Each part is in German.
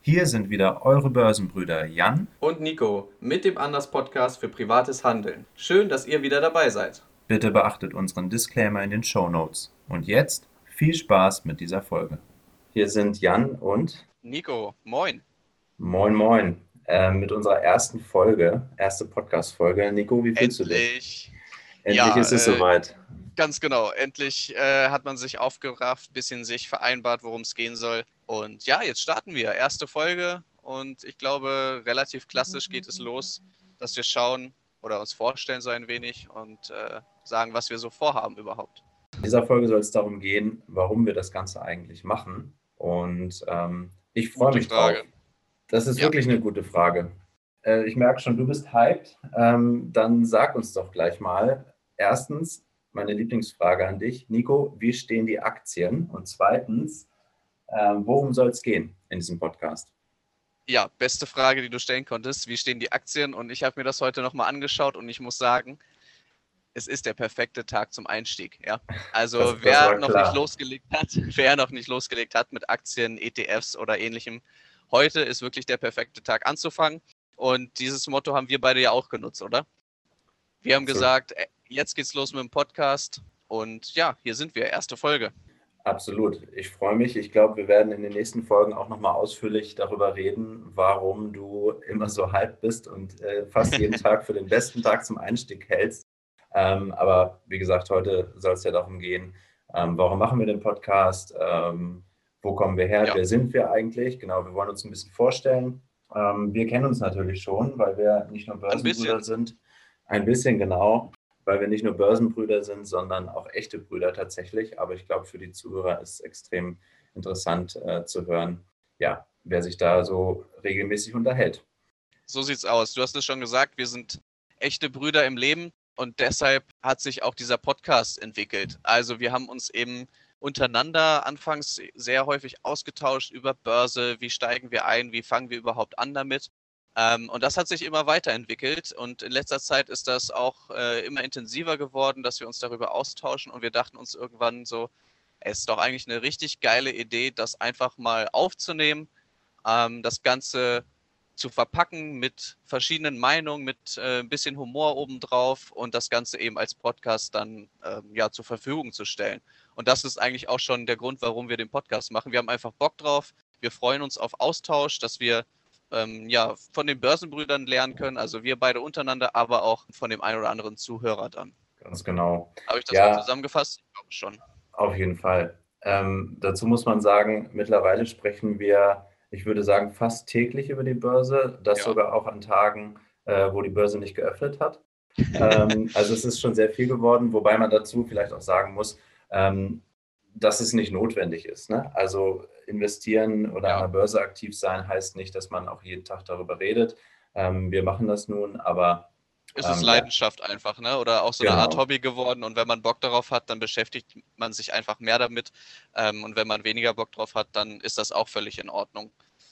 Hier sind wieder eure Börsenbrüder Jan und Nico mit dem Anders Podcast für privates Handeln. Schön, dass ihr wieder dabei seid. Bitte beachtet unseren Disclaimer in den Shownotes. Und jetzt viel Spaß mit dieser Folge. Hier sind Jan und Nico, moin. Moin Moin mit unserer erste Podcast-Folge. Nico, wie fühlst du dich? Endlich. Endlich Ja, ist es soweit. ganz genau. Endlich hat man sich aufgerafft, bisschen sich vereinbart, worum es gehen soll. Und ja, jetzt starten wir. Erste Folge. Und ich glaube, relativ klassisch geht es los, dass wir schauen oder uns vorstellen so ein wenig und sagen, was wir so vorhaben überhaupt. In dieser Folge soll es darum gehen, warum wir das Ganze eigentlich machen. Und ich freue Gute mich drauf. Frage. Das ist Ja. wirklich eine gute Frage. Ich merke schon, du bist hyped. Dann sag uns doch gleich mal. Erstens, meine Lieblingsfrage an dich. Nico, wie stehen die Aktien? Und zweitens, worum soll es gehen in diesem Podcast? Ja, beste Frage, die du stellen konntest. Wie stehen die Aktien? Und ich habe mir das heute nochmal angeschaut und ich muss sagen, es ist der perfekte Tag zum Einstieg. Ja? Also Das wer war noch klar. nicht losgelegt hat mit Aktien, ETFs oder ähnlichem, heute ist wirklich der perfekte Tag anzufangen. Und dieses Motto haben wir beide ja auch genutzt, oder? Wir haben gesagt, jetzt geht's los mit dem Podcast. Und ja, hier sind wir, erste Folge. Absolut. Ich freue mich. Ich glaube, wir werden in den nächsten Folgen auch nochmal ausführlich darüber reden, warum du immer so hyped bist und fast jeden Tag für den besten Tag zum Einstieg hältst. Aber wie gesagt, heute soll es ja darum gehen, warum machen wir den Podcast, wo kommen wir her, Ja. wer sind wir eigentlich? Genau, wir wollen uns ein bisschen vorstellen. Wir kennen uns natürlich schon, weil wir nicht nur Börsenbrüder sind. Ein bisschen, genau. Weil wir nicht nur Börsenbrüder sind, sondern auch echte Brüder tatsächlich. Aber ich glaube, für die Zuhörer ist es extrem interessant zu hören, ja, wer sich da so regelmäßig unterhält. So sieht's aus. Du hast es schon gesagt, wir sind echte Brüder im Leben und deshalb hat sich auch dieser Podcast entwickelt. Also wir haben uns eben untereinander anfangs sehr häufig ausgetauscht über Börse, wie steigen wir ein, wie fangen wir überhaupt an damit. Und das hat sich immer weiterentwickelt und in letzter Zeit ist das auch immer intensiver geworden, dass wir uns darüber austauschen und wir dachten uns irgendwann so, es ist doch eigentlich eine richtig geile Idee, das einfach mal aufzunehmen, das Ganze zu verpacken mit verschiedenen Meinungen, mit ein bisschen Humor obendrauf und das Ganze eben als Podcast dann ja zur Verfügung zu stellen. Und das ist eigentlich auch schon der Grund, warum wir den Podcast machen. Wir haben einfach Bock drauf. Wir freuen uns auf Austausch, dass wir ja von den Börsenbrüdern lernen können, also wir beide untereinander, aber auch von dem einen oder anderen Zuhörer dann. Ganz genau. Habe ich das mal zusammengefasst? Ich glaube schon. Auf jeden Fall. Dazu muss man sagen, mittlerweile sprechen wir, ich würde sagen, fast täglich über die Börse, das sogar auch an Tagen, wo die Börse nicht geöffnet hat. Also es ist schon sehr viel geworden, wobei man dazu vielleicht auch sagen muss, dass es nicht notwendig ist. Ne? Also investieren oder an der Börse aktiv sein heißt nicht, dass man auch jeden Tag darüber redet. Wir machen das nun, aber es ist Leidenschaft einfach, ne? Oder auch so eine Art Hobby geworden. Und wenn man Bock darauf hat, dann beschäftigt man sich einfach mehr damit. Und wenn man weniger Bock drauf hat, dann ist das auch völlig in Ordnung.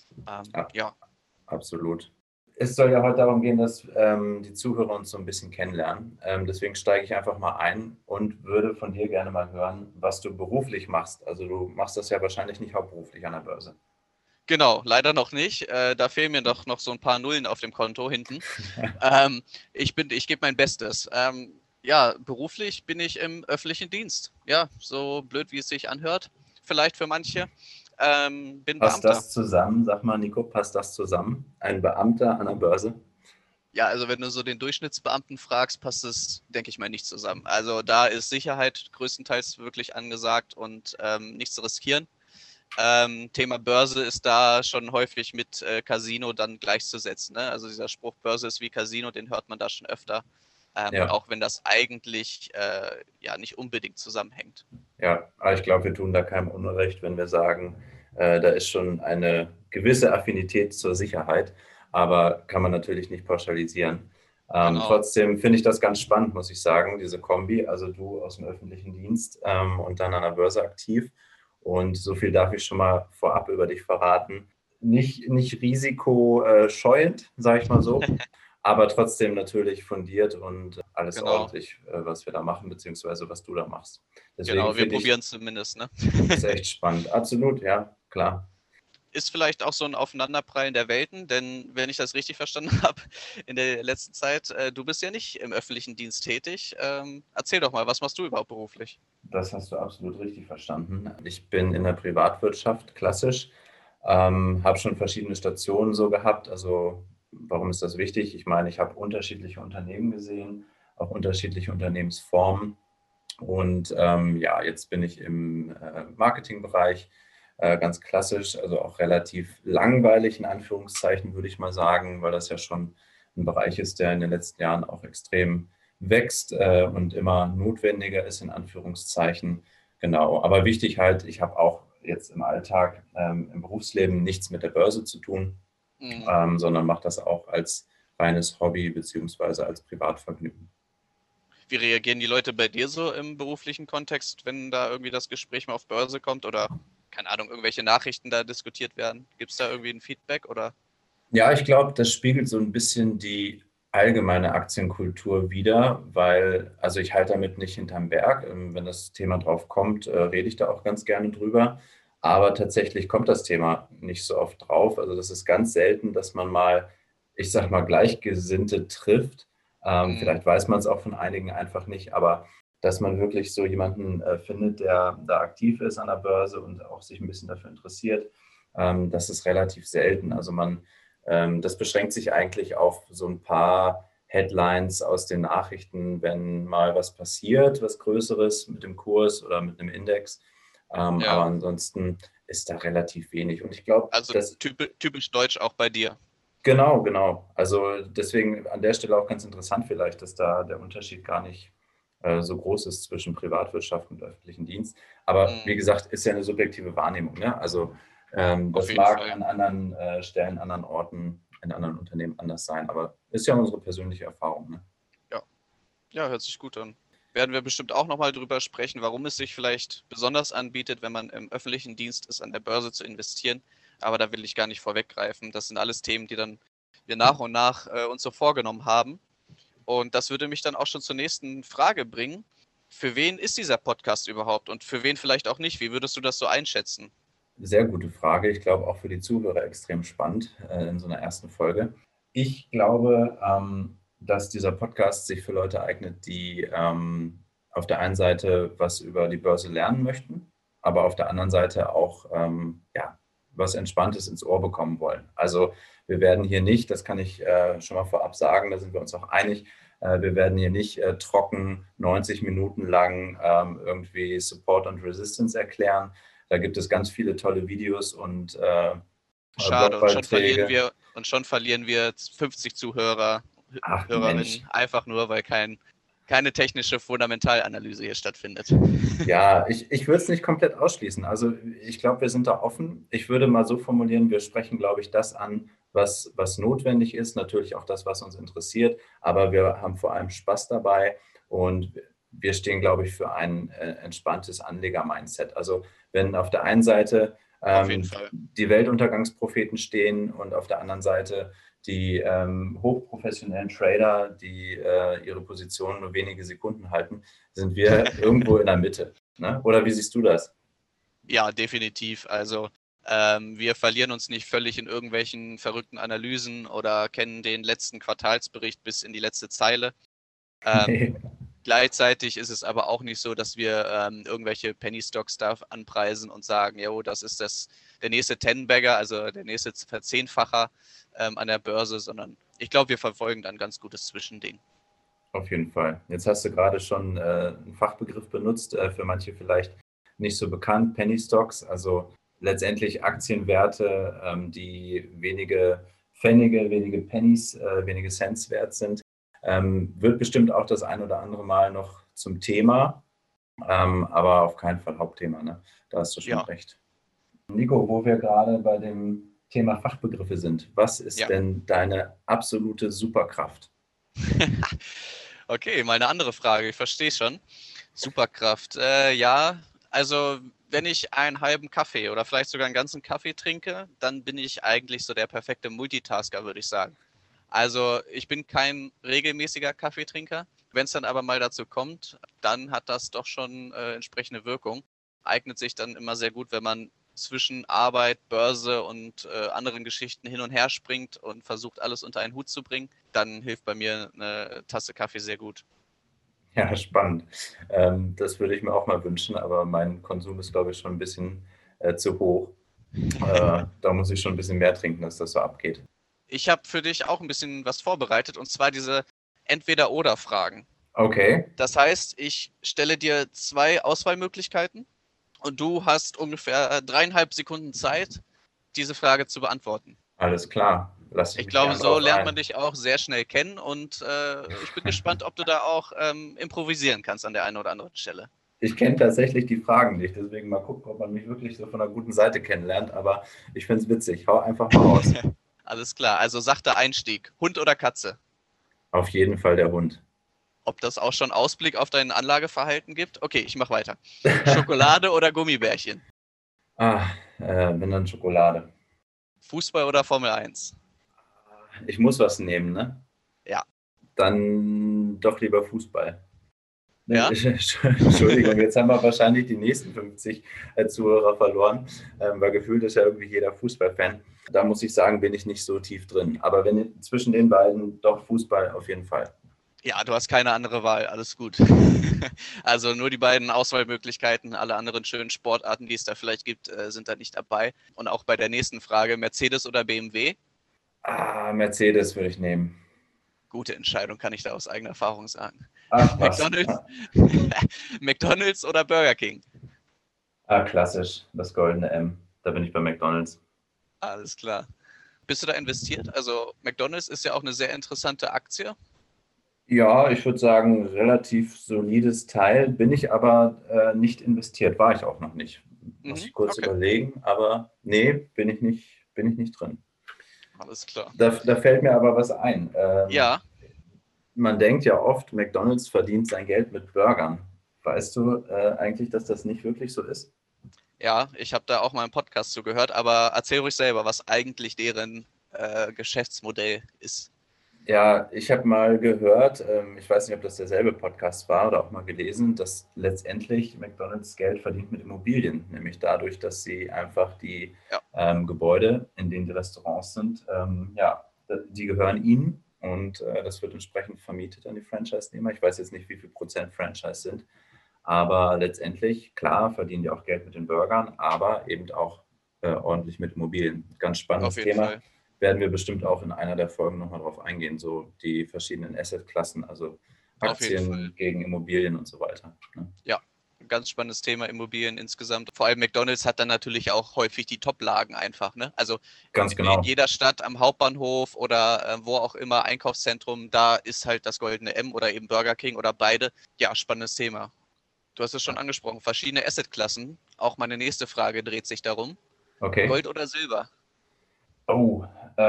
Ja. Absolut. Es soll ja heute darum gehen, dass die Zuhörer uns so ein bisschen kennenlernen. Deswegen steige ich einfach mal ein und würde von dir gerne mal hören, was du beruflich machst. Also du machst das ja wahrscheinlich nicht hauptberuflich an der Börse. Genau, leider noch nicht. Da fehlen mir doch noch so ein paar Nullen auf dem Konto hinten. Ich gebe mein Bestes. Ja, beruflich bin ich im öffentlichen Dienst. Ja, so blöd, wie es sich anhört, vielleicht für manche. Bin Passt Beamter. das zusammen? Sag mal, Nico, passt das zusammen? Ein Beamter an der Börse? Ja, also wenn du so den Durchschnittsbeamten fragst, passt es, denke ich mal, nicht zusammen. Also da ist Sicherheit größtenteils wirklich angesagt und nichts riskieren. Thema Börse ist da schon häufig mit Casino dann gleichzusetzen. Ne? Also dieser Spruch, Börse ist wie Casino, den hört man da schon öfter. Auch wenn das eigentlich ja nicht unbedingt zusammenhängt. Ja, aber ich glaube, wir tun da keinem Unrecht, wenn wir sagen, da ist schon eine gewisse Affinität zur Sicherheit, aber kann man natürlich nicht pauschalisieren. Genau. Trotzdem finde ich das ganz spannend, muss ich sagen, diese Kombi, also du aus dem öffentlichen Dienst und dann an der Börse aktiv. Und so viel darf ich schon mal vorab über dich verraten. Nicht risikoscheuend, sage ich mal so, aber trotzdem natürlich fundiert und alles ordentlich, was wir da machen, beziehungsweise was du da machst. Deswegen wir probieren es zumindest, ne? Ist echt spannend. Absolut, ja, klar. ist vielleicht auch so ein Aufeinanderprallen der Welten, denn wenn ich das richtig verstanden habe in der letzten Zeit, du bist ja nicht im öffentlichen Dienst tätig. Erzähl doch mal, was machst du überhaupt beruflich? Das hast du absolut richtig verstanden. Ich bin in der Privatwirtschaft klassisch, habe schon verschiedene Stationen so gehabt. Also warum ist das wichtig? Ich meine, ich habe unterschiedliche Unternehmen gesehen, auch unterschiedliche Unternehmensformen. Und ja, jetzt bin ich im Marketingbereich, ganz klassisch, also auch relativ langweilig in Anführungszeichen, würde ich mal sagen, weil das ja schon ein Bereich ist, der in den letzten Jahren auch extrem wächst und immer notwendiger ist, in Anführungszeichen. Genau, aber wichtig halt, ich habe auch jetzt im Alltag, im Berufsleben nichts mit der Börse zu tun, Mhm. sondern mache das auch als reines Hobby beziehungsweise als Privatvergnügen. Wie reagieren die Leute bei dir so im beruflichen Kontext, wenn da irgendwie das Gespräch mal auf Börse kommt oder, keine Ahnung, irgendwelche Nachrichten da diskutiert werden? Gibt es da irgendwie ein Feedback oder? Ja, ich glaube, das spiegelt so ein bisschen die allgemeine Aktienkultur wider, weil, also ich halte damit nicht hinterm Berg. Wenn das Thema drauf kommt, rede ich da auch ganz gerne drüber. Aber tatsächlich kommt das Thema nicht so oft drauf. Also das ist ganz selten, dass man mal, ich sag mal, Gleichgesinnte trifft. Mhm. Vielleicht weiß man es auch von einigen einfach nicht, aber dass man wirklich so jemanden findet, der da aktiv ist an der Börse und auch sich ein bisschen dafür interessiert, das ist relativ selten. Also das beschränkt sich eigentlich auf so ein paar Headlines aus den Nachrichten, wenn mal was passiert, was Größeres mit dem Kurs oder mit einem Index. Aber Ja, ansonsten ist da relativ wenig. Und ich glaube, also dass typisch deutsch auch bei dir. genau, genau. Also deswegen an der Stelle auch ganz interessant vielleicht, dass da der Unterschied gar nicht so groß ist zwischen Privatwirtschaft und öffentlichen Dienst. Aber wie Mhm. gesagt, ist ja eine subjektive Wahrnehmung. Ne? Also Auf das jeden mag Fall. an anderen Stellen, anderen Orten, in anderen Unternehmen anders sein, aber ist ja unsere persönliche Erfahrung. Ne? Ja. Ja, hört sich gut an. Werden wir bestimmt auch nochmal drüber sprechen, warum es sich vielleicht besonders anbietet, wenn man im öffentlichen Dienst ist, an der Börse zu investieren. Aber da will ich gar nicht vorweggreifen. Das sind alles Themen, die dann wir nach und nach uns so vorgenommen haben. Und das würde mich dann auch schon zur nächsten Frage bringen. Für wen ist dieser Podcast überhaupt und für wen vielleicht auch nicht? Wie würdest du das so einschätzen? Sehr gute Frage. Ich glaube auch für die Zuhörer extrem spannend in so einer ersten Folge. Ich glaube, dass dieser Podcast sich für Leute eignet, die auf der einen Seite was über die Börse lernen möchten, aber auf der anderen Seite auch ja, was Entspanntes ins Ohr bekommen wollen. Also wir werden hier nicht, das kann ich schon mal vorab sagen, da sind wir uns auch einig, wir werden hier nicht trocken 90 Minuten lang irgendwie Support und Resistance erklären. Da gibt es ganz viele tolle Videos und Schade, Blogbeiträge. und schon verlieren wir 50 Zuhörer, Ach Mensch, Hörerinnen, einfach nur, weil keine technische Fundamentalanalyse hier stattfindet. ja, ich würde es nicht komplett ausschließen. Also ich glaube, wir sind da offen. Ich würde mal so formulieren, wir sprechen, glaube ich, das an, was notwendig ist, natürlich auch das, was uns interessiert, aber wir haben vor allem Spaß dabei und wir stehen, glaube ich, für ein entspanntes Anleger-Mindset. Also wenn auf der einen Seite Auf jeden Fall. die Weltuntergangspropheten stehen und auf der anderen Seite die hochprofessionellen Trader, die ihre Positionen nur wenige Sekunden halten, sind wir irgendwo in der Mitte. Ne? Oder wie siehst du das? Ja, definitiv. Also wir verlieren uns nicht völlig in irgendwelchen verrückten Analysen oder kennen den letzten Quartalsbericht bis in die letzte Zeile. Ähm, Nee. Gleichzeitig ist es aber auch nicht so, dass wir irgendwelche Penny Stocks da anpreisen und sagen, jo, das ist der nächste Ten-Bagger, also der nächste Verzehnfacher an der Börse, sondern ich glaube, wir verfolgen dann ein ganz gutes Zwischending. Auf jeden Fall. Jetzt hast du gerade schon einen Fachbegriff benutzt, für manche vielleicht nicht so bekannt, Penny Stocks, also letztendlich Aktienwerte, die wenige Pfennige, wenige Pennies, wenige Cents wert sind. Wird bestimmt auch das ein oder andere Mal noch zum Thema, aber auf keinen Fall Hauptthema. Ne? Da hast du schon Ja, recht. Nico, wo wir gerade bei dem Thema Fachbegriffe sind, was ist ja. denn deine absolute Superkraft? Okay, mal eine andere Frage, ich verstehe schon. Superkraft. Ja, also wenn ich einen halben Kaffee oder vielleicht sogar einen ganzen Kaffee trinke, dann bin ich eigentlich so der perfekte Multitasker, würde ich sagen. Also ich bin kein regelmäßiger Kaffeetrinker. Wenn es dann aber mal dazu kommt, dann hat das doch schon entsprechende Wirkung. Eignet sich dann immer sehr gut, wenn man zwischen Arbeit, Börse und anderen Geschichten hin und her springt und versucht, alles unter einen Hut zu bringen, dann hilft bei mir eine Tasse Kaffee sehr gut. Ja, spannend. Das würde ich mir auch mal wünschen, aber mein Konsum ist, glaube ich, schon ein bisschen zu hoch. Da muss ich schon ein bisschen mehr trinken, dass das so abgeht. Ich habe für dich auch ein bisschen was vorbereitet, und zwar diese Entweder-oder-Fragen. Okay, Das heißt, ich stelle dir 2 Auswahlmöglichkeiten und du hast ungefähr 3,5 Sekunden Zeit, diese Frage zu beantworten. alles klar. Lasse ich Ich mich glaube, gern so drauf lernt man ein. dich auch sehr schnell kennen, und ich bin gespannt, ob du da auch improvisieren kannst an der einen oder anderen Stelle. Ich kenne tatsächlich die Fragen nicht, deswegen mal gucken, ob man mich wirklich so von einer guten Seite kennenlernt, aber ich finde es witzig. Hau einfach mal raus. Alles klar, also sachter Einstieg. Hund oder Katze? Auf jeden Fall der Hund. Ob das auch schon Ausblick auf dein Anlageverhalten gibt? Okay, ich mache weiter. Schokolade oder Gummibärchen? Wenn dann Schokolade. Fußball oder Formel 1? Ich muss was nehmen, ne? Ja. Dann doch lieber Fußball. Ja? Entschuldigung, jetzt haben wir wahrscheinlich die nächsten 50 Zuhörer verloren, weil gefühlt ist ja irgendwie jeder Fußballfan. Da muss ich sagen, bin ich nicht so tief drin. Aber wenn zwischen den beiden, doch Fußball auf jeden Fall. Ja, du hast keine andere Wahl, alles gut. Also nur die beiden Auswahlmöglichkeiten, alle anderen schönen Sportarten, die es da vielleicht gibt, sind da nicht dabei. Und auch bei der nächsten Frage, Mercedes oder BMW? Mercedes würde ich nehmen. Gute Entscheidung, kann ich da aus eigener Erfahrung sagen. Ach was. McDonald's, McDonald's oder Burger King? Klassisch, das goldene M. Da bin ich bei McDonald's. Alles klar. Bist du da investiert? Also McDonald's ist ja auch eine sehr interessante Aktie. Ja, ich würde sagen, relativ solides Teil. Bin ich aber nicht investiert, war ich auch noch nicht. Muss Mhm, ich kurz okay, überlegen, aber nee, bin ich nicht drin. alles klar. Da fällt mir aber was ein. Ja, Man denkt ja oft, McDonald's verdient sein Geld mit Burgern. Weißt du eigentlich, dass das nicht wirklich so ist? ja, ich habe da auch mal einen Podcast zugehört, aber erzähl ruhig selber, was eigentlich deren Geschäftsmodell ist. Ja, ich habe mal gehört, ich weiß nicht, ob das derselbe Podcast war oder auch mal gelesen, dass letztendlich McDonald's Geld verdient mit Immobilien, nämlich dadurch, dass sie einfach die Ja, Gebäude, in denen die Restaurants sind, ja, die gehören ihnen und das wird entsprechend vermietet an die Franchise-Nehmer. Ich weiß jetzt nicht, wie viel Prozent Franchise sind, aber letztendlich, klar, verdienen die auch Geld mit den Burgern, aber eben auch ordentlich mit Immobilien. Ganz auf spannendes jeden Thema. Fall. Werden wir bestimmt auch in einer der Folgen nochmal drauf eingehen, so die verschiedenen Assetklassen, also Auf jeden Fall. Aktien gegen Immobilien und so weiter. Ne? Ja, ein ganz spannendes Thema, Immobilien insgesamt. Vor allem McDonald's hat dann natürlich auch häufig die Top-Lagen einfach, ne? Also Ganz in genau. jeder Stadt am Hauptbahnhof oder wo auch immer, Einkaufszentrum, da ist halt das goldene M oder eben Burger King oder beide. Ja, spannendes Thema. Du hast es schon angesprochen, verschiedene Assetklassen. Auch meine nächste Frage dreht sich darum. Okay. Gold oder Silber? Oh,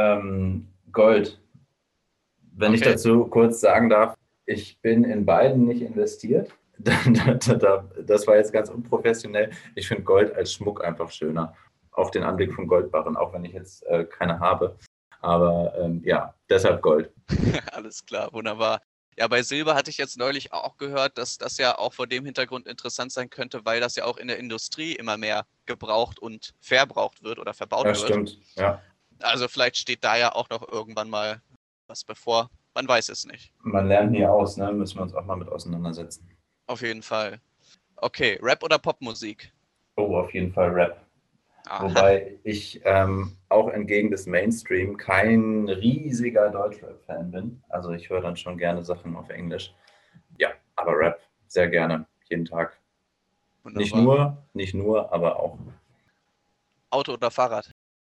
Gold. Wenn ich Okay. dazu kurz sagen darf, ich bin in beiden nicht investiert. Das war jetzt ganz unprofessionell. Ich finde Gold als Schmuck einfach schöner. Auch den Anblick von Goldbarren, auch wenn ich jetzt keine habe. Aber ja, deshalb Gold. Alles klar, wunderbar. Ja, bei Silber hatte ich jetzt neulich auch gehört, dass das ja auch vor dem Hintergrund interessant sein könnte, weil das ja auch in der Industrie immer mehr gebraucht und verbraucht wird oder verbaut Ja, wird. stimmt. Ja. Also vielleicht steht da ja auch noch irgendwann mal was bevor. Man weiß es nicht. Man lernt nie aus, ne? Müssen wir uns auch mal mit auseinandersetzen. Auf jeden Fall. Okay, Rap oder Popmusik? Oh, auf jeden Fall Rap. Aha, Wobei ich auch entgegen des Mainstream kein riesiger Deutschrap-Fan bin. Also ich höre dann schon gerne Sachen auf Englisch. Ja, aber Rap sehr gerne, jeden Tag. wunderbar. Nicht nur, aber auch. Auto oder Fahrrad?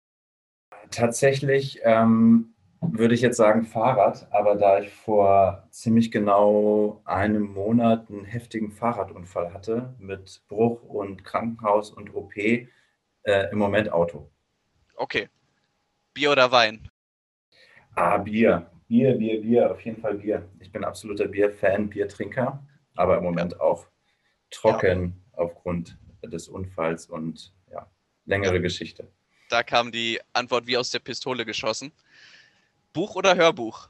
Tatsächlich würde ich jetzt sagen Fahrrad, aber da ich vor ziemlich genau einem Monat einen heftigen Fahrradunfall hatte mit Bruch und Krankenhaus und OP, im Moment Auto. Okay. Bier oder Wein? Bier. Bier, auf jeden Fall Bier. Ich bin absoluter Bierfan, Biertrinker, aber im Ja, Moment auch ja, trocken aufgrund des Unfalls und ja, ja. längere Geschichte. Da kam die Antwort wie aus der Pistole geschossen. Buch oder Hörbuch?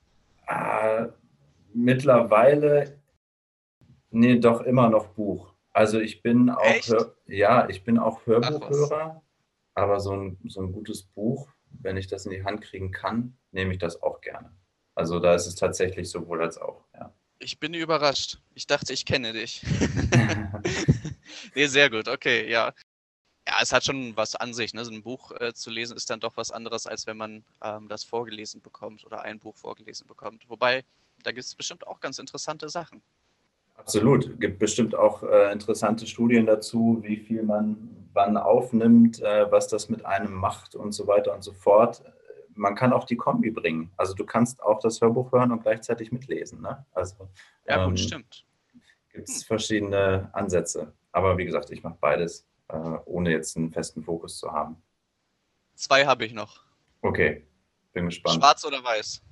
Ah, mittlerweile, nee, doch immer noch Buch. Also ich bin auch, Echt? ich bin auch Ach was. Hörbuchhörer, aber so ein gutes Buch, wenn ich das in die Hand kriegen kann, nehme ich das auch gerne. Also da ist es tatsächlich sowohl als auch, ja. Ich bin überrascht. Ich dachte, ich kenne dich. Nee, sehr gut. Okay, ja. Ja, es hat schon was an sich, ne? So ein Buch zu lesen ist dann doch was anderes, als wenn man das vorgelesen bekommt oder ein Buch vorgelesen bekommt. Wobei, da gibt es bestimmt auch ganz interessante Sachen. Absolut. Gibt bestimmt auch interessante Studien dazu, wie viel man wann aufnimmt, was das mit einem macht und so weiter und so fort. Man kann auch die Kombi bringen. Also du kannst auch das Hörbuch hören und gleichzeitig mitlesen. Ne? Also Ja, gut, ähm, stimmt. gibt Hm. es verschiedene Ansätze. Aber wie gesagt, ich mache beides, ohne jetzt einen festen Fokus zu haben. Zwei habe ich noch. Okay, bin gespannt. Schwarz oder weiß?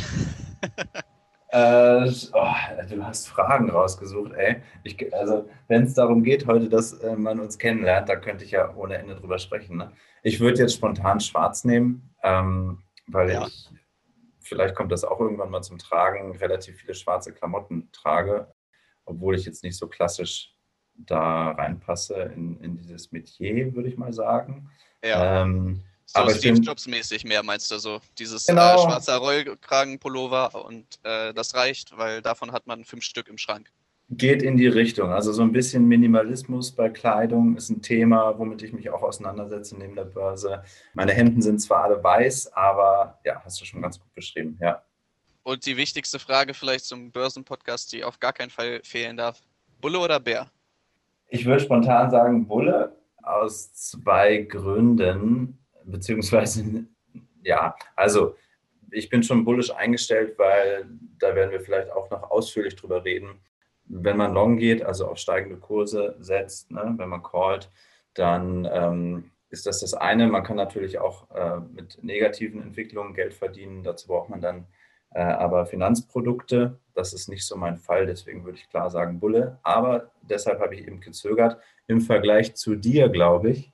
Du hast Fragen rausgesucht, ey. Also, wenn es darum geht heute, dass man uns kennenlernt, da könnte ich ja ohne Ende drüber sprechen. Ne? Ich würde jetzt spontan schwarz nehmen, weil Ja. ich, vielleicht kommt das auch irgendwann mal zum Tragen, relativ viele schwarze Klamotten trage, obwohl ich jetzt nicht so klassisch da reinpasse in dieses Metier, würde ich mal sagen. Ja. Ähm, So aber ich Steve bin, Jobs-mäßig mehr, meinst du so? Dieses genau. schwarzer Rollkragenpullover und das reicht, weil davon hat man 5 Stück im Schrank. Geht in die Richtung. Also so ein bisschen Minimalismus bei Kleidung ist ein Thema, womit ich mich auch auseinandersetze neben der Börse. Meine Hemden sind zwar alle weiß, aber ja, hast du schon ganz gut beschrieben, ja. Und die wichtigste Frage vielleicht zum Börsenpodcast, die auf gar keinen Fall fehlen darf. Bulle oder Bär? Ich würde spontan sagen Bulle aus zwei Gründen, beziehungsweise ja, also ich bin schon bullisch eingestellt, weil da werden wir vielleicht auch noch ausführlich drüber reden. Wenn man long geht, also auf steigende Kurse setzt, ne, wenn man callt, dann ist das eine. Man kann natürlich auch mit negativen Entwicklungen Geld verdienen. Dazu braucht man dann aber Finanzprodukte. Das ist nicht so mein Fall. Deswegen würde ich klar sagen Bulle. Aber deshalb habe ich eben gezögert. Im Vergleich zu dir, glaube ich,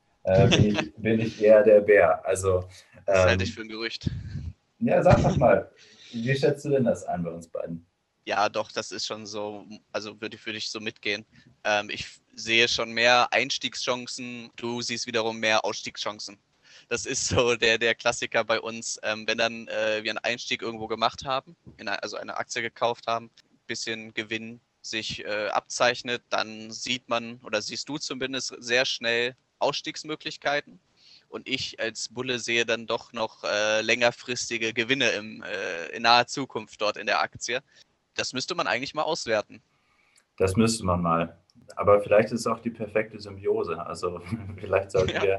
bin ich eher der Bär. Also Das halte ich ähm, für ein Gerücht. ja, sag doch mal, wie schätzt du denn das ein bei uns beiden? Ja, doch, das ist schon so, also würde ich so mitgehen. Ich sehe schon mehr Einstiegschancen, du siehst wiederum mehr Ausstiegschancen. Das ist so der Klassiker bei uns, wenn dann wir einen Einstieg irgendwo gemacht haben, also eine Aktie gekauft haben, bisschen Gewinn sich abzeichnet, dann sieht man oder siehst du zumindest sehr schnell Ausstiegsmöglichkeiten. Und ich als Bulle sehe dann doch noch längerfristige Gewinne in naher Zukunft dort in der Aktie. Das müsste man eigentlich mal auswerten. Das müsste man mal. Aber vielleicht ist es auch die perfekte Symbiose. Also vielleicht sollten Ja, wir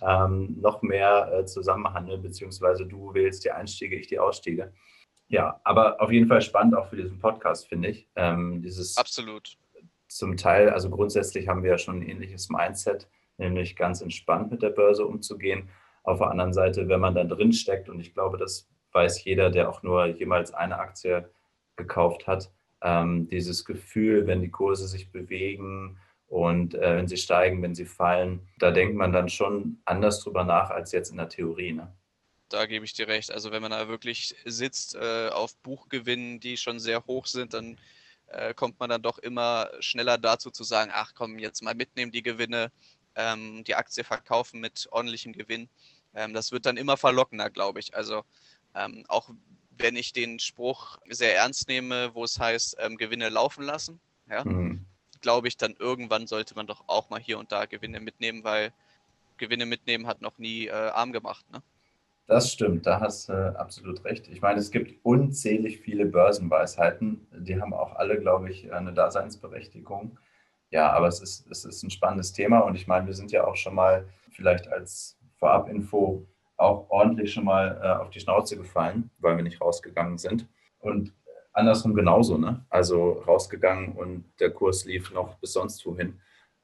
noch mehr zusammen handeln, beziehungsweise du wählst die Einstiege, ich die Ausstiege. Ja, aber auf jeden Fall spannend auch für diesen Podcast, finde ich. Dieses absolut. zum Teil, also grundsätzlich haben wir ja schon ein ähnliches Mindset, nämlich ganz entspannt mit der Börse umzugehen. Auf der anderen Seite, wenn man dann drin steckt, und ich glaube, das weiß jeder, der auch nur jemals eine Aktie gekauft hat, dieses Gefühl, wenn die Kurse sich bewegen und wenn sie steigen, wenn sie fallen, da denkt man dann schon anders drüber nach als jetzt in der Theorie. Ne? Da gebe ich dir recht. Also wenn man da wirklich sitzt auf Buchgewinnen, die schon sehr hoch sind, dann kommt man dann doch immer schneller dazu zu sagen, ach komm, jetzt mal mitnehmen die Gewinne, die Aktie verkaufen mit ordentlichem Gewinn. Das wird dann immer verlockender, glaube ich. Also auch wenn ich den Spruch sehr ernst nehme, wo es heißt, Gewinne laufen lassen, ja, Hm. glaube ich, dann irgendwann sollte man doch auch mal hier und da Gewinne mitnehmen, weil Gewinne mitnehmen hat noch nie arm gemacht. Ne? Das stimmt, da hast du absolut recht. Ich meine, es gibt unzählig viele Börsenweisheiten. Die haben auch alle, glaube ich, eine Daseinsberechtigung. Ja, aber es ist ein spannendes Thema und ich meine, wir sind ja auch schon mal vielleicht als Vorabinfo auch ordentlich schon mal auf die Schnauze gefallen, weil wir nicht rausgegangen sind. Und andersrum genauso, ne? Also rausgegangen und der Kurs lief noch bis sonst wohin.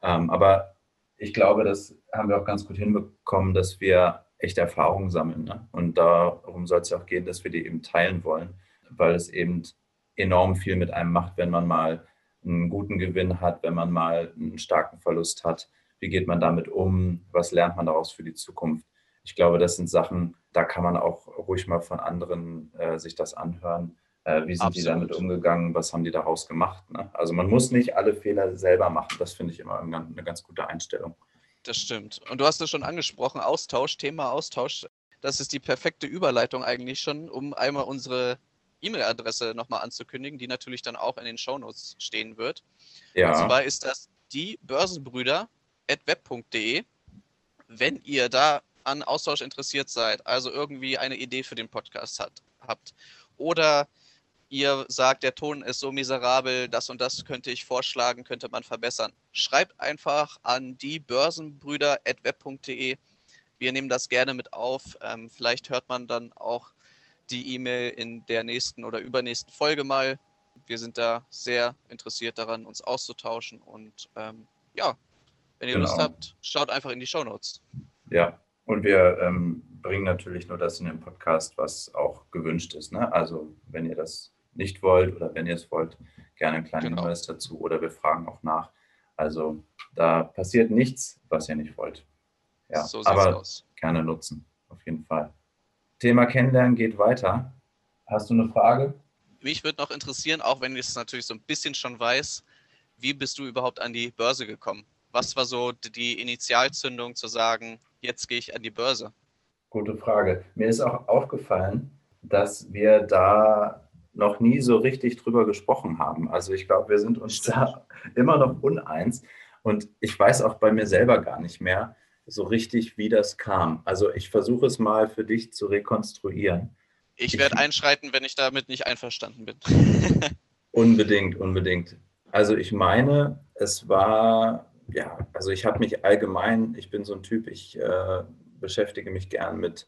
Aber ich glaube, das haben wir auch ganz gut hinbekommen, dass wir echte Erfahrungen sammeln. Ne? Und darum soll es ja auch gehen, dass wir die eben teilen wollen, weil es eben enorm viel mit einem macht, wenn man mal einen guten Gewinn hat, wenn man mal einen starken Verlust hat. Wie geht man damit um? Was lernt man daraus für die Zukunft? Ich glaube, das sind Sachen, da kann man auch ruhig mal von anderen sich das anhören, Wie sind die damit Absolut. umgegangen? Was haben die daraus gemacht? Ne? Also man muss nicht alle Fehler selber machen. Das finde ich immer eine ganz gute Einstellung. Das stimmt. Und du hast es schon angesprochen, Austausch, Thema Austausch. Das ist die perfekte Überleitung eigentlich schon, um einmal unsere E-Mail-Adresse nochmal anzukündigen, die natürlich dann auch in den Shownotes stehen wird. Und Ja, zwar ist das die börsenbrüder@web.de. Wenn ihr da an Austausch interessiert seid, also irgendwie eine Idee für den Podcast habt oder ihr sagt, der Ton ist so miserabel, das und das könnte ich vorschlagen, könnte man verbessern. Schreibt einfach an die börsenbrüder@web.de. Wir nehmen das gerne mit auf. Vielleicht hört man dann auch die E-Mail in der nächsten oder übernächsten Folge mal. Wir sind da sehr interessiert daran, uns auszutauschen. Und ja, wenn ihr Lust genau. habt, schaut einfach in die Shownotes. Ja, und wir bringen natürlich nur das in den Podcast, was auch gewünscht ist. Ne? Also wenn ihr das nicht wollt oder wenn ihr es wollt, gerne einen kleinen Genau, Hinweis dazu oder wir fragen auch nach. Also da passiert nichts, was ihr nicht wollt. Ja, so sieht's aber aus. gerne nutzen, auf jeden Fall. Thema Kennenlernen geht weiter. Hast du eine Frage? Mich würde noch interessieren, auch wenn ich es natürlich so ein bisschen schon weiß, wie bist du überhaupt an die Börse gekommen? Was war so die Initialzündung zu sagen, jetzt gehe ich an die Börse? Gute Frage. Mir ist auch aufgefallen, dass wir da noch nie so richtig drüber gesprochen haben. Also ich glaube, wir sind uns Stimmt. da immer noch uneins. Und ich weiß auch bei mir selber gar nicht mehr so richtig, wie das kam. Also ich versuche es mal für dich zu rekonstruieren. Ich Ich werde einschreiten, wenn ich damit nicht einverstanden bin. unbedingt, unbedingt. Also ich meine, es war, ja, also ich habe mich allgemein, ich bin so ein Typ, ich beschäftige mich gern mit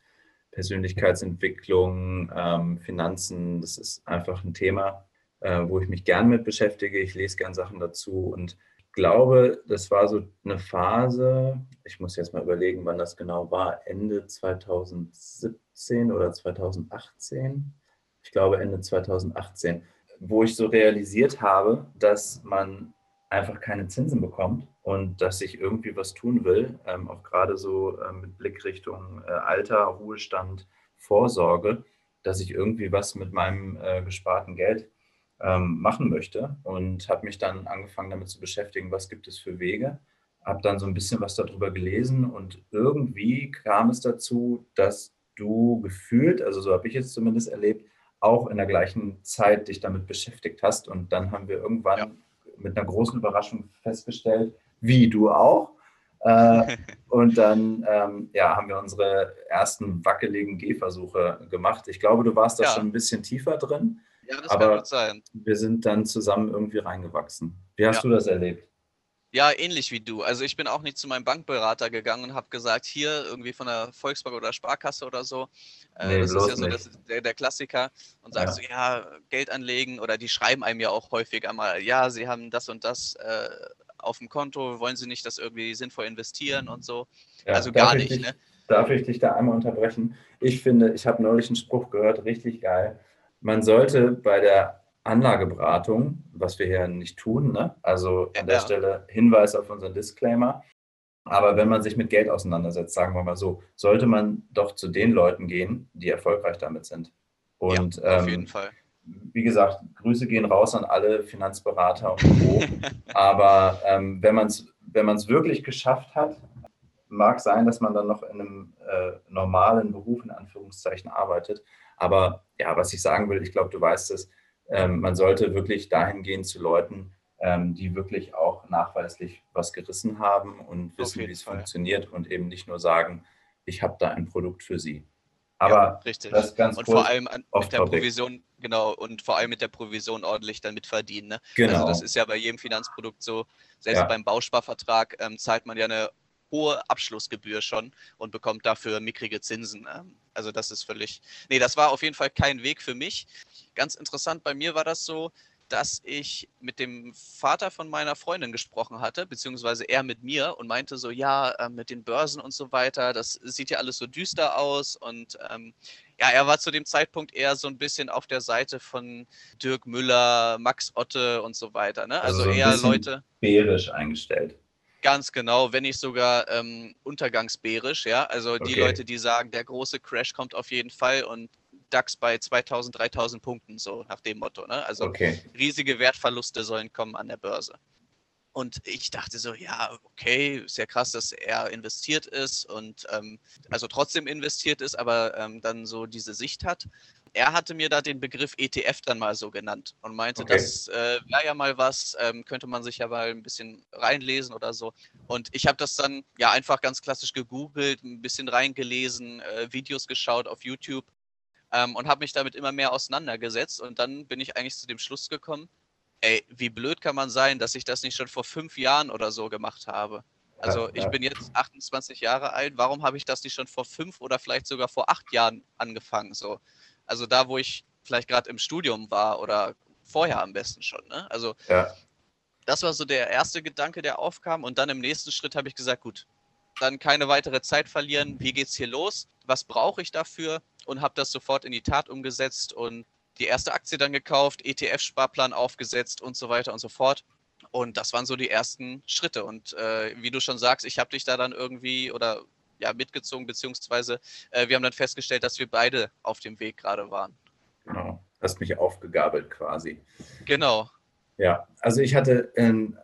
Persönlichkeitsentwicklung, Finanzen. Das ist einfach ein Thema, wo ich mich gern mit beschäftige. Ich lese gern Sachen dazu und ich glaube, das war so eine Phase, ich muss jetzt mal überlegen, wann das genau war, Ende 2017 oder 2018. Ich glaube Ende 2018, wo ich so realisiert habe, dass man einfach keine Zinsen bekommt und dass ich irgendwie was tun will, auch gerade so mit Blick Richtung Alter, Ruhestand, Vorsorge, dass ich irgendwie was mit meinem gesparten Geld machen möchte und habe mich dann angefangen damit zu beschäftigen, was gibt es für Wege, habe dann so ein bisschen was darüber gelesen und irgendwie kam es dazu, dass du gefühlt, also so habe ich es zumindest erlebt, auch in der gleichen Zeit dich damit beschäftigt hast. Und dann haben wir Ja. irgendwann mit einer großen Überraschung festgestellt, wie du auch. Äh, und dann ja, haben wir unsere ersten wackeligen Gehversuche gemacht. Ich glaube, du warst da schon Ja, ein bisschen tiefer drin, ja, das kann gut aber sein. wir sind dann zusammen irgendwie reingewachsen. Wie hast Ja. du das erlebt? Ja, ähnlich wie du. Also ich bin auch nicht zu meinem Bankberater gegangen und habe gesagt, hier irgendwie von der Volksbank oder Sparkasse oder so. Nee, Das ist ja bloß so nicht. der Klassiker. Und sagst Ja, so, ja, Geld anlegen oder die schreiben einem ja auch häufig einmal, ja, sie haben das und das auf dem Konto, wollen sie nicht das irgendwie sinnvoll investieren und so. ja. Also gar nicht, ne? Darf ich dich da einmal unterbrechen? Ich finde, ich habe neulich einen Spruch gehört, richtig geil. Man sollte bei der Anlageberatung, was wir hier nicht tun, ne? Also an der Ja, Stelle Hinweis auf unseren Disclaimer, aber wenn man sich mit Geld auseinandersetzt, sagen wir mal so, sollte man doch zu den Leuten gehen, die erfolgreich damit sind. ja, Und auf jeden Fall. wie gesagt, Grüße gehen raus an alle Finanzberater und Co. Aber wenn man's wirklich geschafft hat, mag sein, dass man dann noch in einem normalen Beruf in Anführungszeichen arbeitet. Aber ja, was ich sagen will, ich glaube, du weißt es, man sollte wirklich dahin gehen zu Leuten, die wirklich auch nachweislich was gerissen haben und Auf wissen, wie jeden es Fall. funktioniert und eben nicht nur sagen, ich habe da ein Produkt für Sie. Ja, Aber richtig. das ganz Und vor kurz allem mit der off-topic. Provision, genau, und vor allem mit der Provision ordentlich dann mitverdienen. Ne? Also das Genau, ist ja bei jedem Finanzprodukt so, selbst ja. beim Bausparvertrag zahlt man ja eine hohe Abschlussgebühr schon und bekommt dafür mickrige Zinsen. Also das ist völlig, nee, das war auf jeden Fall kein Weg für mich. Ganz interessant, bei mir war das so, dass ich mit dem Vater von meiner Freundin gesprochen hatte, beziehungsweise er mit mir und meinte so, ja, mit den Börsen und so weiter, das sieht ja alles so düster aus und ja, er war zu dem Zeitpunkt eher so ein bisschen auf der Seite von Dirk Müller, Max Otte und so weiter, ne? Also Also so ein eher bisschen Leute, bärisch eingestellt. ganz genau, wenn nicht sogar untergangsbärisch, ja. Also die Okay, Leute, die sagen, der große Crash kommt auf jeden Fall und DAX bei 2000, 3000 Punkten, so nach dem Motto. Ne? Also Okay. riesige Wertverluste sollen kommen an der Börse. Und ich dachte so, ja, okay, ist ja krass, dass er investiert ist und also trotzdem investiert ist, aber dann so diese Sicht hat. Er hatte mir da den Begriff ETF dann mal so genannt und meinte, Okay. das wäre ja mal was, könnte man sich ja mal ein bisschen reinlesen oder so. Und ich habe das dann ja einfach ganz klassisch gegoogelt, ein bisschen reingelesen, Videos geschaut auf YouTube und habe mich damit immer mehr auseinandergesetzt. Und dann bin ich eigentlich zu dem Schluss gekommen, ey, wie blöd kann man sein, dass ich das nicht schon vor 5 Jahren oder so gemacht habe? Also ich Ja. bin jetzt 28 Jahre alt, warum habe ich das nicht schon vor 5 oder vielleicht sogar vor 8 Jahren angefangen? So? Also da, wo ich vielleicht gerade im Studium war oder vorher am besten schon. Ne? Also Ja. das war so der erste Gedanke, der aufkam. Und dann im nächsten Schritt habe ich gesagt, gut, dann keine weitere Zeit verlieren. Wie geht's hier los? Was brauche ich dafür? Und habe das sofort in die Tat umgesetzt und die erste Aktie dann gekauft, ETF-Sparplan aufgesetzt und so weiter und so fort. Und das waren so die ersten Schritte. Und wie du schon sagst, ich habe dich da dann irgendwie oder ja mitgezogen, beziehungsweise wir haben dann festgestellt, dass wir beide auf dem Weg gerade waren. Genau. Hast mich aufgegabelt quasi. Genau. Ja, also ich hatte,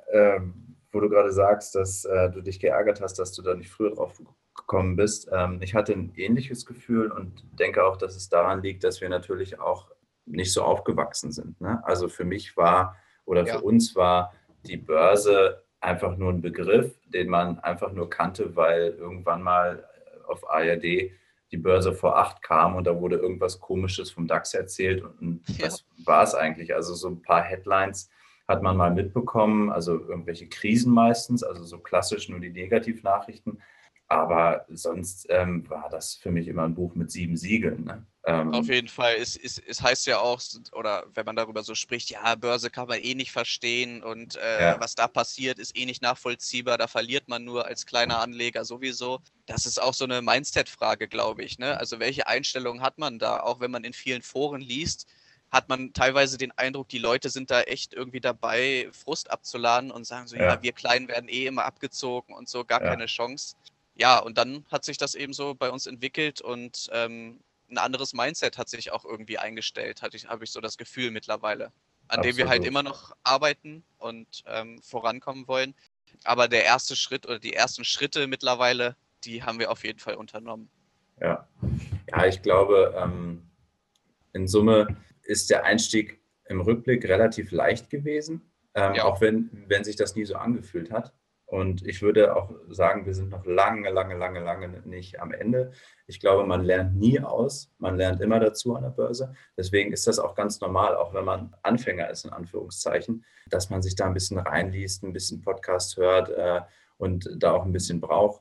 wo du gerade sagst, dass du dich geärgert hast, dass du da nicht früher drauf gekommen bist. Ich hatte ein ähnliches Gefühl und denke auch, dass es daran liegt, dass wir natürlich auch nicht so aufgewachsen sind. Ne? Also für mich war oder für Ja. uns war die Börse einfach nur ein Begriff, den man einfach nur kannte, weil irgendwann mal auf ARD die Börse vor 8 kam und da wurde irgendwas Komisches vom DAX erzählt und Ja. das war es eigentlich. Also so ein paar Headlines hat man mal mitbekommen, also irgendwelche Krisen meistens, also so klassisch nur die Negativnachrichten. Aber sonst war das für mich immer ein Buch mit 7 Siegeln. Ne? Auf jeden Fall. Es heißt ja auch, oder wenn man darüber so spricht, ja, Börse kann man eh nicht verstehen und Ja, was da passiert, ist eh nicht nachvollziehbar. Da verliert man nur als kleiner Anleger sowieso. Das ist auch so eine Mindset-Frage, glaube ich. Ne? Also welche Einstellung hat man da? Auch wenn man in vielen Foren liest, hat man teilweise den Eindruck, die Leute sind da echt irgendwie dabei, Frust abzuladen und sagen so, ja, ja, wir Kleinen werden eh immer abgezogen und so, gar ja, keine Chance. Ja, und dann hat sich das eben so bei uns entwickelt und ein anderes Mindset hat sich auch irgendwie eingestellt, habe ich so das Gefühl mittlerweile, an dem wir halt absolut. immer noch arbeiten und vorankommen wollen. Aber der erste Schritt oder die ersten Schritte mittlerweile, die haben wir auf jeden Fall unternommen. Ja, ja ich glaube, in Summe ist der Einstieg im Rückblick relativ leicht gewesen, Ja, auch wenn sich das nie so angefühlt hat. Und ich würde auch sagen, wir sind noch lange, lange, lange, lange nicht am Ende. Ich glaube, man lernt nie aus, man lernt immer dazu an der Börse. Deswegen ist das auch ganz normal, auch wenn man Anfänger ist, in Anführungszeichen, dass man sich da ein bisschen reinliest, ein bisschen Podcast hört und da auch ein bisschen braucht.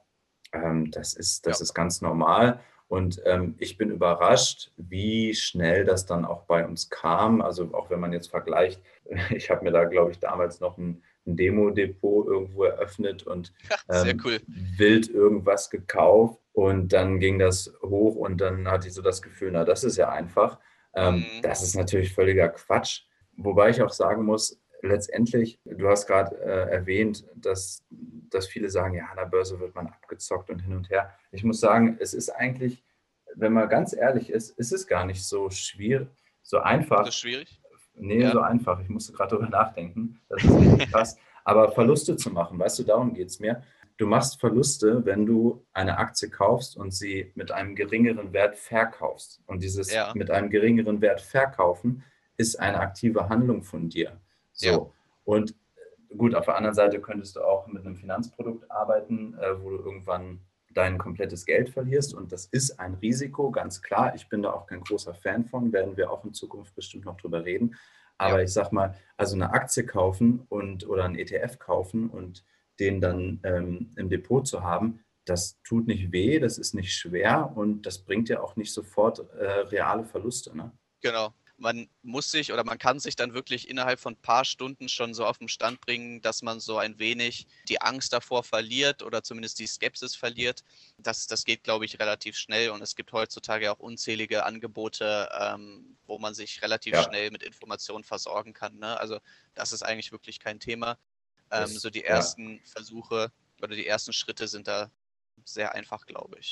Das ja, ist ganz normal. Und ich bin überrascht, wie schnell das dann auch bei uns kam. Also auch wenn man jetzt vergleicht, ich habe mir da, glaube ich, damals noch ein Demo-Depot irgendwo eröffnet und sehr cool. wild irgendwas gekauft. Und dann ging das hoch und dann hatte ich so das Gefühl, na, das ist ja einfach. Mhm. Das ist natürlich völliger Quatsch. Wobei ich auch sagen muss, letztendlich, du hast gerade erwähnt, dass viele sagen, ja, an der Börse wird man abgezockt und hin und her. Ich muss sagen, es ist eigentlich, wenn man ganz ehrlich ist es gar nicht so schwierig, so Ist das einfach. schwierig? Nee, Ja. so einfach. Ich musste gerade drüber nachdenken. Das ist richtig krass. Aber Verluste zu machen, weißt du, darum geht es mir. Du machst Verluste, wenn du eine Aktie kaufst und sie mit einem geringeren Wert verkaufst. Und dieses Ja, mit einem geringeren Wert verkaufen ist eine aktive Handlung von dir. ja, So. Und gut, auf der anderen Seite könntest du auch mit einem Finanzprodukt arbeiten, wo du irgendwann dein komplettes Geld verlierst. Und das ist ein Risiko, ganz klar. Ich bin da auch kein großer Fan von, werden wir auch in Zukunft bestimmt noch drüber reden. ja. Aber ich sag mal, also eine Aktie kaufen oder einen ETF kaufen und den dann im Depot zu haben, das tut nicht weh, das ist nicht schwer und das bringt ja auch nicht sofort reale Verluste. Ne? Genau. Man muss sich oder man kann sich dann wirklich innerhalb von ein paar Stunden schon so auf den Stand bringen, dass man so ein wenig die Angst davor verliert oder zumindest die Skepsis verliert. Das geht, glaube ich, relativ schnell und es gibt heutzutage auch unzählige Angebote, wo man sich relativ Ja, schnell mit Informationen versorgen kann. Ne? Also das ist eigentlich wirklich kein Thema. So die ja. ersten Versuche oder die ersten Schritte sind da sehr einfach, glaube ich.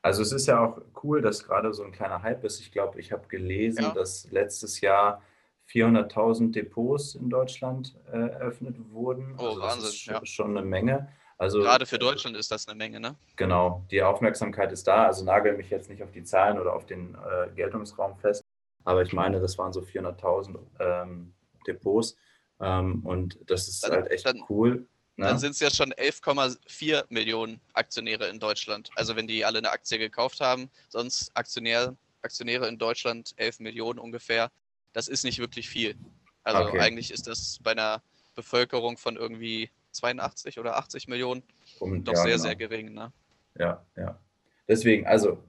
Also es ist ja auch cool, dass gerade so ein kleiner Hype ist. Ich glaube, ich habe gelesen, Ja. dass letztes Jahr 400.000 Depots in Deutschland eröffnet wurden. Oh, Also das ist Wahnsinn, ja. schon eine Menge. Also Gerade für Deutschland ist das eine Menge, ne? genau, die Aufmerksamkeit ist da. Also nagel mich jetzt nicht auf die Zahlen oder auf den Geltungsraum fest, aber ich meine, das waren so 400.000 Depots und das ist Dann, halt echt dann, cool. dann Ne? sind es ja schon 11,4 Millionen Aktionäre in Deutschland. Also wenn die alle eine Aktie gekauft haben, sonst Aktionäre in Deutschland 11 Millionen ungefähr. Das ist nicht wirklich viel. Also Okay, eigentlich ist das bei einer Bevölkerung von irgendwie 82 oder 80 Millionen doch ja, sehr, sehr genau. gering, ne? Ja, ja. Deswegen, also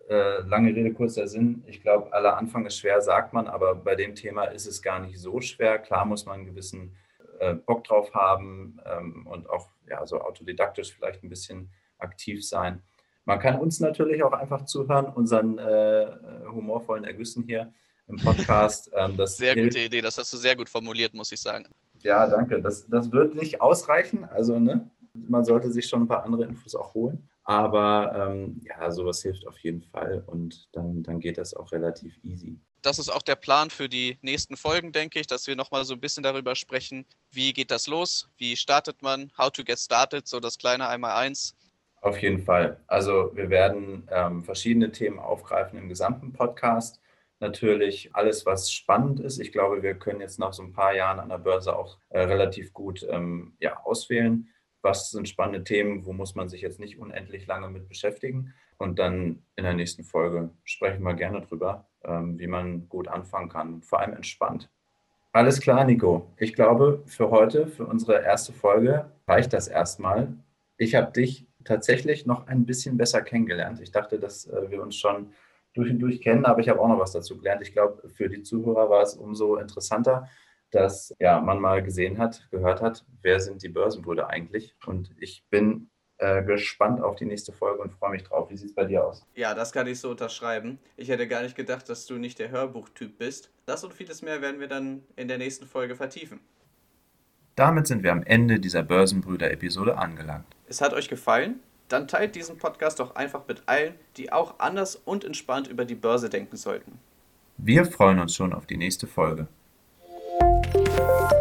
lange Rede, kurzer Sinn. Ich glaube, aller Anfang ist schwer, sagt man, aber bei dem Thema ist es gar nicht so schwer. Klar muss man einen gewissen Bock drauf haben und auch ja, so autodidaktisch vielleicht ein bisschen aktiv sein. Man kann uns natürlich auch einfach zuhören, unseren humorvollen Ergüssen hier im Podcast. Das Sehr gute hilft. Idee, das hast du sehr gut formuliert, muss ich sagen. Ja, danke. Das wird nicht ausreichen. Also, ne, man sollte sich schon ein paar andere Infos auch holen. Aber ja, sowas hilft auf jeden Fall und dann geht das auch relativ easy. Das ist auch der Plan für die nächsten Folgen, denke ich, dass wir nochmal so ein bisschen darüber sprechen, wie geht das los, wie startet man, how to get started, so das kleine Einmaleins. Auf jeden Fall. Also wir werden verschiedene Themen aufgreifen im gesamten Podcast. Natürlich alles, was spannend ist. Ich glaube, wir können jetzt nach so ein paar Jahren an der Börse auch relativ gut ja, auswählen, was sind spannende Themen, wo muss man sich jetzt nicht unendlich lange mit beschäftigen. Und dann in der nächsten Folge sprechen wir gerne drüber, wie man gut anfangen kann, vor allem entspannt. Alles klar, Nico. Ich glaube, für heute, für unsere erste Folge, reicht das erstmal. Ich habe dich tatsächlich noch ein bisschen besser kennengelernt. Ich dachte, dass wir uns schon durch und durch kennen, aber ich habe auch noch was dazu gelernt. Ich glaube, für die Zuhörer war es umso interessanter, dass ja, man mal gesehen hat, gehört hat, wer sind die Börsenbrüder eigentlich. Und ich bin gespannt auf die nächste Folge und freue mich drauf. Wie sieht es bei dir aus? Ja, das kann ich so unterschreiben. Ich hätte gar nicht gedacht, dass du nicht der Hörbuchtyp bist. Das und vieles mehr werden wir dann in der nächsten Folge vertiefen. Damit sind wir am Ende dieser Börsenbrüder-Episode angelangt. Es hat euch gefallen? Dann teilt diesen Podcast doch einfach mit allen, die auch anders und entspannt über die Börse denken sollten. Wir freuen uns schon auf die nächste Folge.